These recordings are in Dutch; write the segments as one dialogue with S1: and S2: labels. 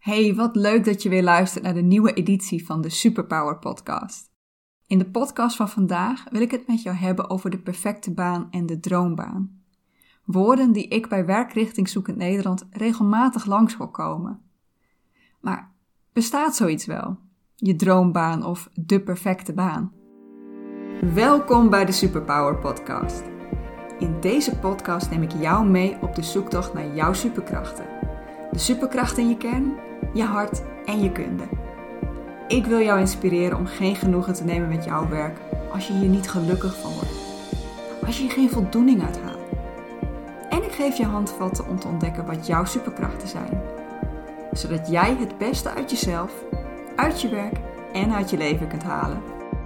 S1: Hey, wat leuk dat je weer luistert naar de nieuwe editie van de Superpower Podcast. In de podcast van vandaag wil ik het met jou hebben over de perfecte baan en de droombaan. Woorden die ik bij Werkrichting Zoekend Nederland regelmatig langs hoor komen. Maar bestaat zoiets wel? Je droombaan of de perfecte baan? Welkom bij de Superpower Podcast. In deze podcast neem ik jou mee op de zoektocht naar jouw superkrachten. De superkracht in je kern, je hart en je kunde. Ik wil jou inspireren om geen genoegen te nemen met jouw werk als je hier niet gelukkig van wordt. Als je hier geen voldoening uit haalt. En ik geef je handvatten om te ontdekken wat jouw superkrachten zijn. Zodat jij het beste uit jezelf, uit je werk en uit je leven kunt halen.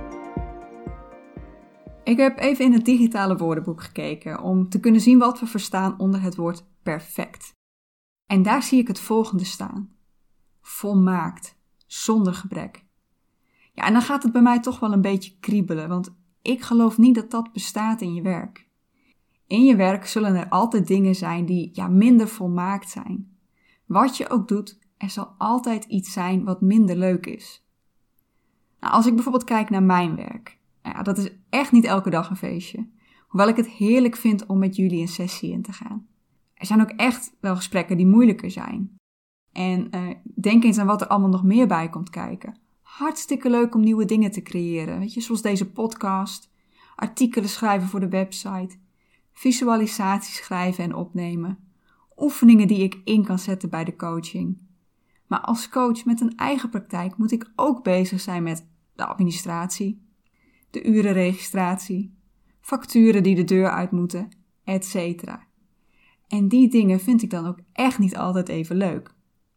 S1: Ik heb even in het digitale woordenboek gekeken om te kunnen zien wat we verstaan onder het woord perfect. En daar zie ik het volgende staan. Volmaakt, zonder gebrek. Ja, en dan gaat het bij mij toch wel een beetje kriebelen, want ik geloof niet dat dat bestaat in je werk. In je werk zullen er altijd dingen zijn die minder volmaakt zijn. Wat je ook doet, er zal altijd iets zijn wat minder leuk is. Nou, als ik bijvoorbeeld kijk naar mijn werk, dat is echt niet elke dag een feestje. Hoewel ik het heerlijk vind om met jullie een sessie in te gaan. Er zijn ook echt wel gesprekken die moeilijker zijn. En denk eens aan wat er allemaal nog meer bij komt kijken. Hartstikke leuk om nieuwe dingen te creëren. Weet je, zoals deze podcast, artikelen schrijven voor de website, visualisaties schrijven en opnemen, oefeningen die ik in kan zetten bij de coaching. Maar als coach met een eigen praktijk moet ik ook bezig zijn met de administratie, de urenregistratie, facturen die de deur uit moeten, etc. En die dingen vind ik dan ook echt niet altijd even leuk.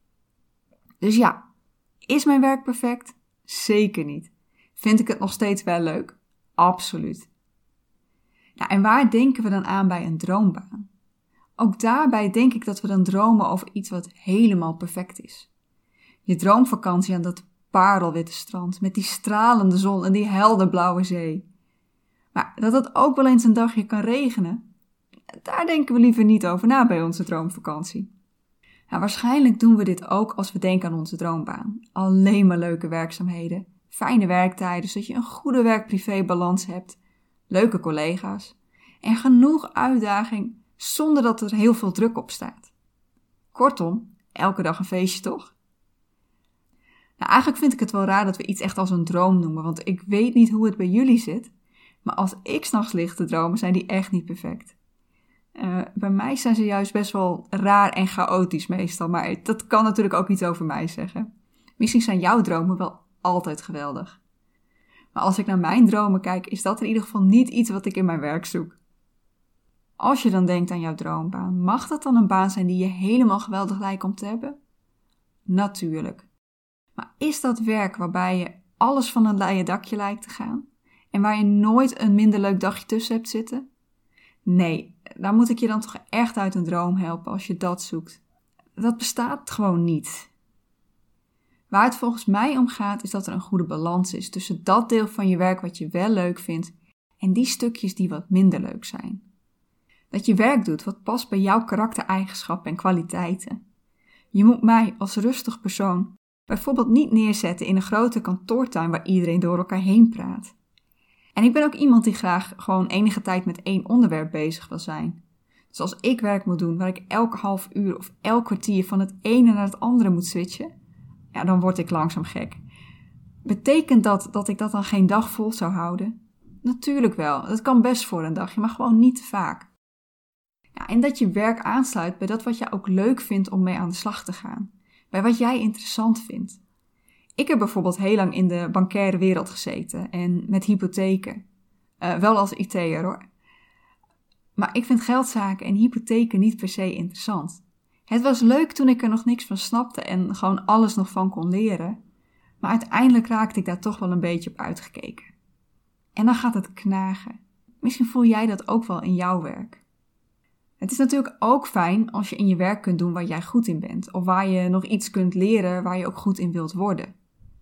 S1: Dus ja, is mijn werk perfect? Zeker niet. Vind ik het nog steeds wel leuk? Absoluut. Nou, en waar denken we dan aan bij een droombaan? Ook daarbij denk ik dat we dan dromen over iets wat helemaal perfect is. Je droomvakantie aan dat parelwitte strand met die stralende zon en die helderblauwe zee. Maar dat het ook wel eens een dagje kan regenen, daar denken we liever niet over na bij onze droomvakantie. Nou, waarschijnlijk doen we dit ook als we denken aan onze droombaan. Alleen maar leuke werkzaamheden, fijne werktijden, zodat je een goede werk-privé-balans hebt, leuke collega's en genoeg uitdaging zonder dat er heel veel druk op staat. Kortom, elke dag een feestje toch? Nou, eigenlijk vind ik het wel raar dat we iets echt als een droom noemen, want ik weet niet hoe het bij jullie zit, maar als ik 's nachts lig te dromen, zijn die echt niet perfect. Bij mij zijn ze juist best wel raar en chaotisch meestal, maar dat kan natuurlijk ook iets over mij zeggen. Misschien zijn jouw dromen wel altijd geweldig. Maar als ik naar mijn dromen kijk, is dat in ieder geval niet iets wat ik in mijn werk zoek. Als je dan denkt aan jouw droombaan, mag dat dan een baan zijn die je helemaal geweldig lijkt om te hebben? Natuurlijk. Maar is dat werk waarbij je alles van een leien dakje lijkt te gaan? En waar je nooit een minder leuk dagje tussen hebt zitten? Nee, daar moet ik je dan toch echt uit een droom helpen als je dat zoekt. Dat bestaat gewoon niet. Waar het volgens mij om gaat is dat er een goede balans is tussen dat deel van je werk wat je wel leuk vindt en die stukjes die wat minder leuk zijn. Dat je werk doet wat past bij jouw karaktereigenschappen en kwaliteiten. Je moet mij als rustig persoon bijvoorbeeld niet neerzetten in een grote kantoortuin waar iedereen door elkaar heen praat. En ik ben ook iemand die graag gewoon enige tijd met één onderwerp bezig wil zijn. Dus als ik werk moet doen waar ik elke half uur of elk kwartier van het ene naar het andere moet switchen, dan word ik langzaam gek. Betekent dat ik dat dan geen dag vol zou houden? Natuurlijk wel, dat kan best voor een dagje, maar gewoon niet te vaak. Ja, en dat je werk aansluit bij dat wat jij ook leuk vindt om mee aan de slag te gaan. Bij wat jij interessant vindt. Ik heb bijvoorbeeld heel lang in de bankaire wereld gezeten en met hypotheken. Wel als IT'er hoor. Maar ik vind geldzaken en hypotheken niet per se interessant. Het was leuk toen ik er nog niks van snapte en gewoon alles nog van kon leren. Maar uiteindelijk raakte ik daar toch wel een beetje op uitgekeken. En dan gaat het knagen. Misschien voel jij dat ook wel in jouw werk. Het is natuurlijk ook fijn als je in je werk kunt doen waar jij goed in bent. Of waar je nog iets kunt leren waar je ook goed in wilt worden.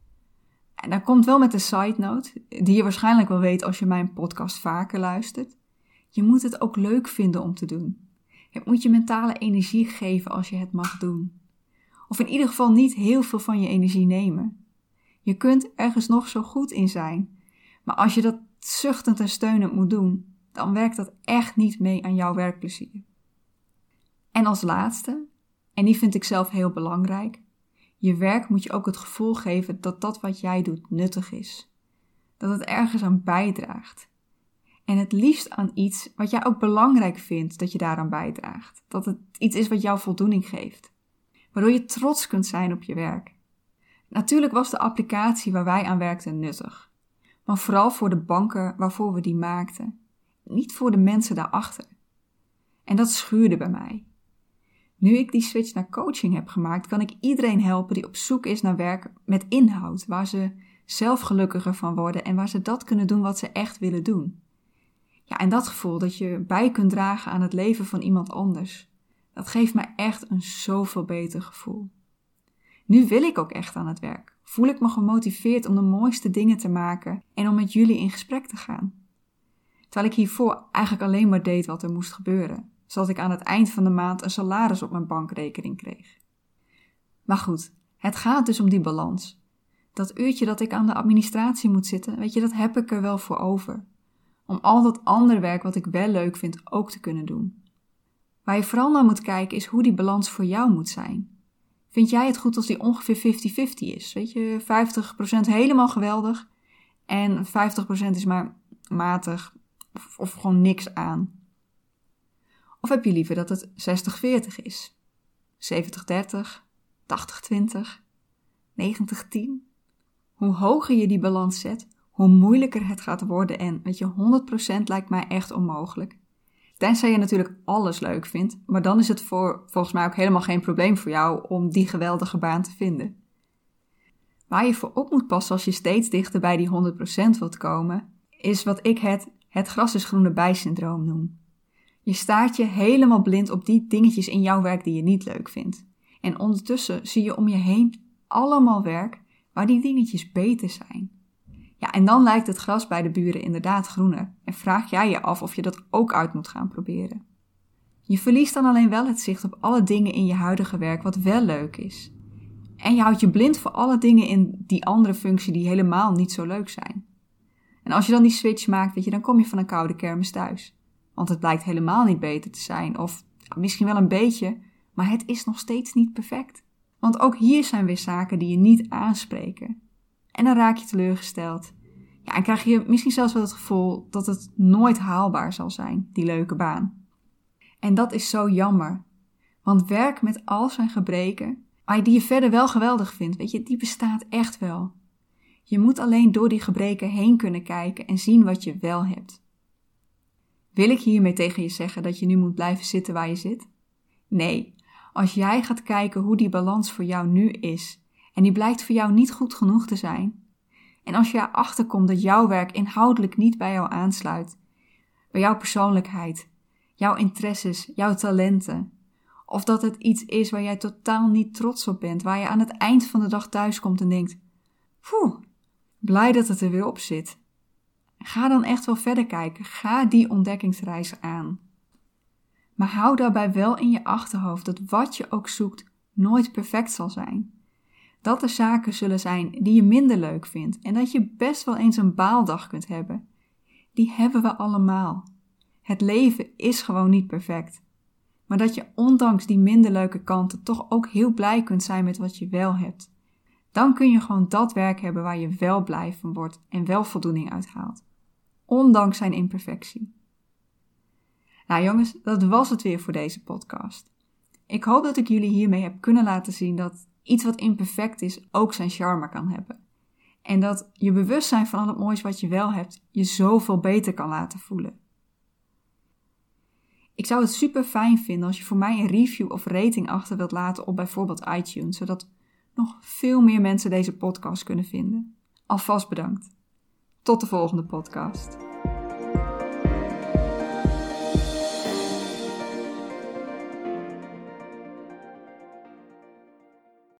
S1: En dan komt wel met een side note, die je waarschijnlijk wel weet als je mijn podcast vaker luistert. Je moet het ook leuk vinden om te doen. Het moet je mentale energie geven als je het mag doen. Of in ieder geval niet heel veel van je energie nemen. Je kunt ergens nog zo goed in zijn. Maar als je dat zuchtend en steunend moet doen, dan werkt dat echt niet mee aan jouw werkplezier. En als laatste, en die vind ik zelf heel belangrijk, je werk moet je ook het gevoel geven dat dat wat jij doet nuttig is. Dat het ergens aan bijdraagt. En het liefst aan iets wat jij ook belangrijk vindt dat je daaraan bijdraagt. Dat het iets is wat jou voldoening geeft. Waardoor je trots kunt zijn op je werk. Natuurlijk was de applicatie waar wij aan werkten nuttig. Maar vooral voor de banken waarvoor we die maakten. Niet voor de mensen daarachter. En dat schuurde bij mij. Nu ik die switch naar coaching heb gemaakt, kan ik iedereen helpen die op zoek is naar werk met inhoud. Waar ze zelf gelukkiger van worden en waar ze dat kunnen doen wat ze echt willen doen. Ja, en dat gevoel dat je bij kunt dragen aan het leven van iemand anders. Dat geeft mij echt een zoveel beter gevoel. Nu wil ik ook echt aan het werk. Voel ik me gemotiveerd om de mooiste dingen te maken en om met jullie in gesprek te gaan. Terwijl ik hiervoor eigenlijk alleen maar deed wat er moest gebeuren. Zodat ik aan het eind van de maand een salaris op mijn bankrekening kreeg. Maar goed, het gaat dus om die balans. Dat uurtje dat ik aan de administratie moet zitten, weet je, dat heb ik er wel voor over. Om al dat andere werk wat ik wel leuk vind ook te kunnen doen. Waar je vooral naar moet kijken is hoe die balans voor jou moet zijn. Vind jij het goed als die ongeveer 50-50 is? Weet je, 50% helemaal geweldig en 50% is maar matig of gewoon niks aan. Of heb je liever dat het 60-40 is? 70-30, 80-20, 90-10? Hoe hoger je die balans zet, hoe moeilijker het gaat worden en weet je, 100% lijkt mij echt onmogelijk. Tenzij je natuurlijk alles leuk vindt, maar dan is het volgens mij ook helemaal geen probleem voor jou om die geweldige baan te vinden. Waar je voor op moet passen als je steeds dichter bij die 100% wilt komen, is wat ik het gras is groener bij syndroom noem. Je staart je helemaal blind op die dingetjes in jouw werk die je niet leuk vindt. En ondertussen zie je om je heen allemaal werk waar die dingetjes beter zijn. Ja, en dan lijkt het gras bij de buren inderdaad groener en vraag jij je af of je dat ook uit moet gaan proberen. Je verliest dan alleen wel het zicht op alle dingen in je huidige werk wat wel leuk is. En je houdt je blind voor alle dingen in die andere functie die helemaal niet zo leuk zijn. En als je dan die switch maakt, weet je, dan kom je van een koude kermis thuis. Want het blijkt helemaal niet beter te zijn, of misschien wel een beetje, maar het is nog steeds niet perfect. Want ook hier zijn weer zaken die je niet aanspreken. En dan raak je teleurgesteld. Ja, en krijg je misschien zelfs wel het gevoel dat het nooit haalbaar zal zijn, die leuke baan. En dat is zo jammer. Want werk met al zijn gebreken, maar die je verder wel geweldig vindt, weet je, die bestaat echt wel. Je moet alleen door die gebreken heen kunnen kijken en zien wat je wel hebt. Wil ik hiermee tegen je zeggen dat je nu moet blijven zitten waar je zit? Nee, als jij gaat kijken hoe die balans voor jou nu is en die blijkt voor jou niet goed genoeg te zijn, en als je erachter komt dat jouw werk inhoudelijk niet bij jou aansluit, bij jouw persoonlijkheid, jouw interesses, jouw talenten, of dat het iets is waar jij totaal niet trots op bent, waar je aan het eind van de dag thuis komt en denkt, blij dat het er weer op zit. Ga dan echt wel verder kijken. Ga die ontdekkingsreis aan. Maar hou daarbij wel in je achterhoofd dat wat je ook zoekt nooit perfect zal zijn. Dat er zaken zullen zijn die je minder leuk vindt en dat je best wel eens een baaldag kunt hebben. Die hebben we allemaal. Het leven is gewoon niet perfect. Maar dat je ondanks die minder leuke kanten toch ook heel blij kunt zijn met wat je wel hebt. Dan kun je gewoon dat werk hebben waar je wel blij van wordt en wel voldoening uithaalt. Ondanks zijn imperfectie. Nou jongens, dat was het weer voor deze podcast. Ik hoop dat ik jullie hiermee heb kunnen laten zien dat iets wat imperfect is ook zijn charme kan hebben. En dat je bewustzijn van al het moois wat je wel hebt je zoveel beter kan laten voelen. Ik zou het super fijn vinden als je voor mij een review of rating achter wilt laten op bijvoorbeeld iTunes, zodat nog veel meer mensen deze podcast kunnen vinden. Alvast bedankt. Tot de volgende podcast.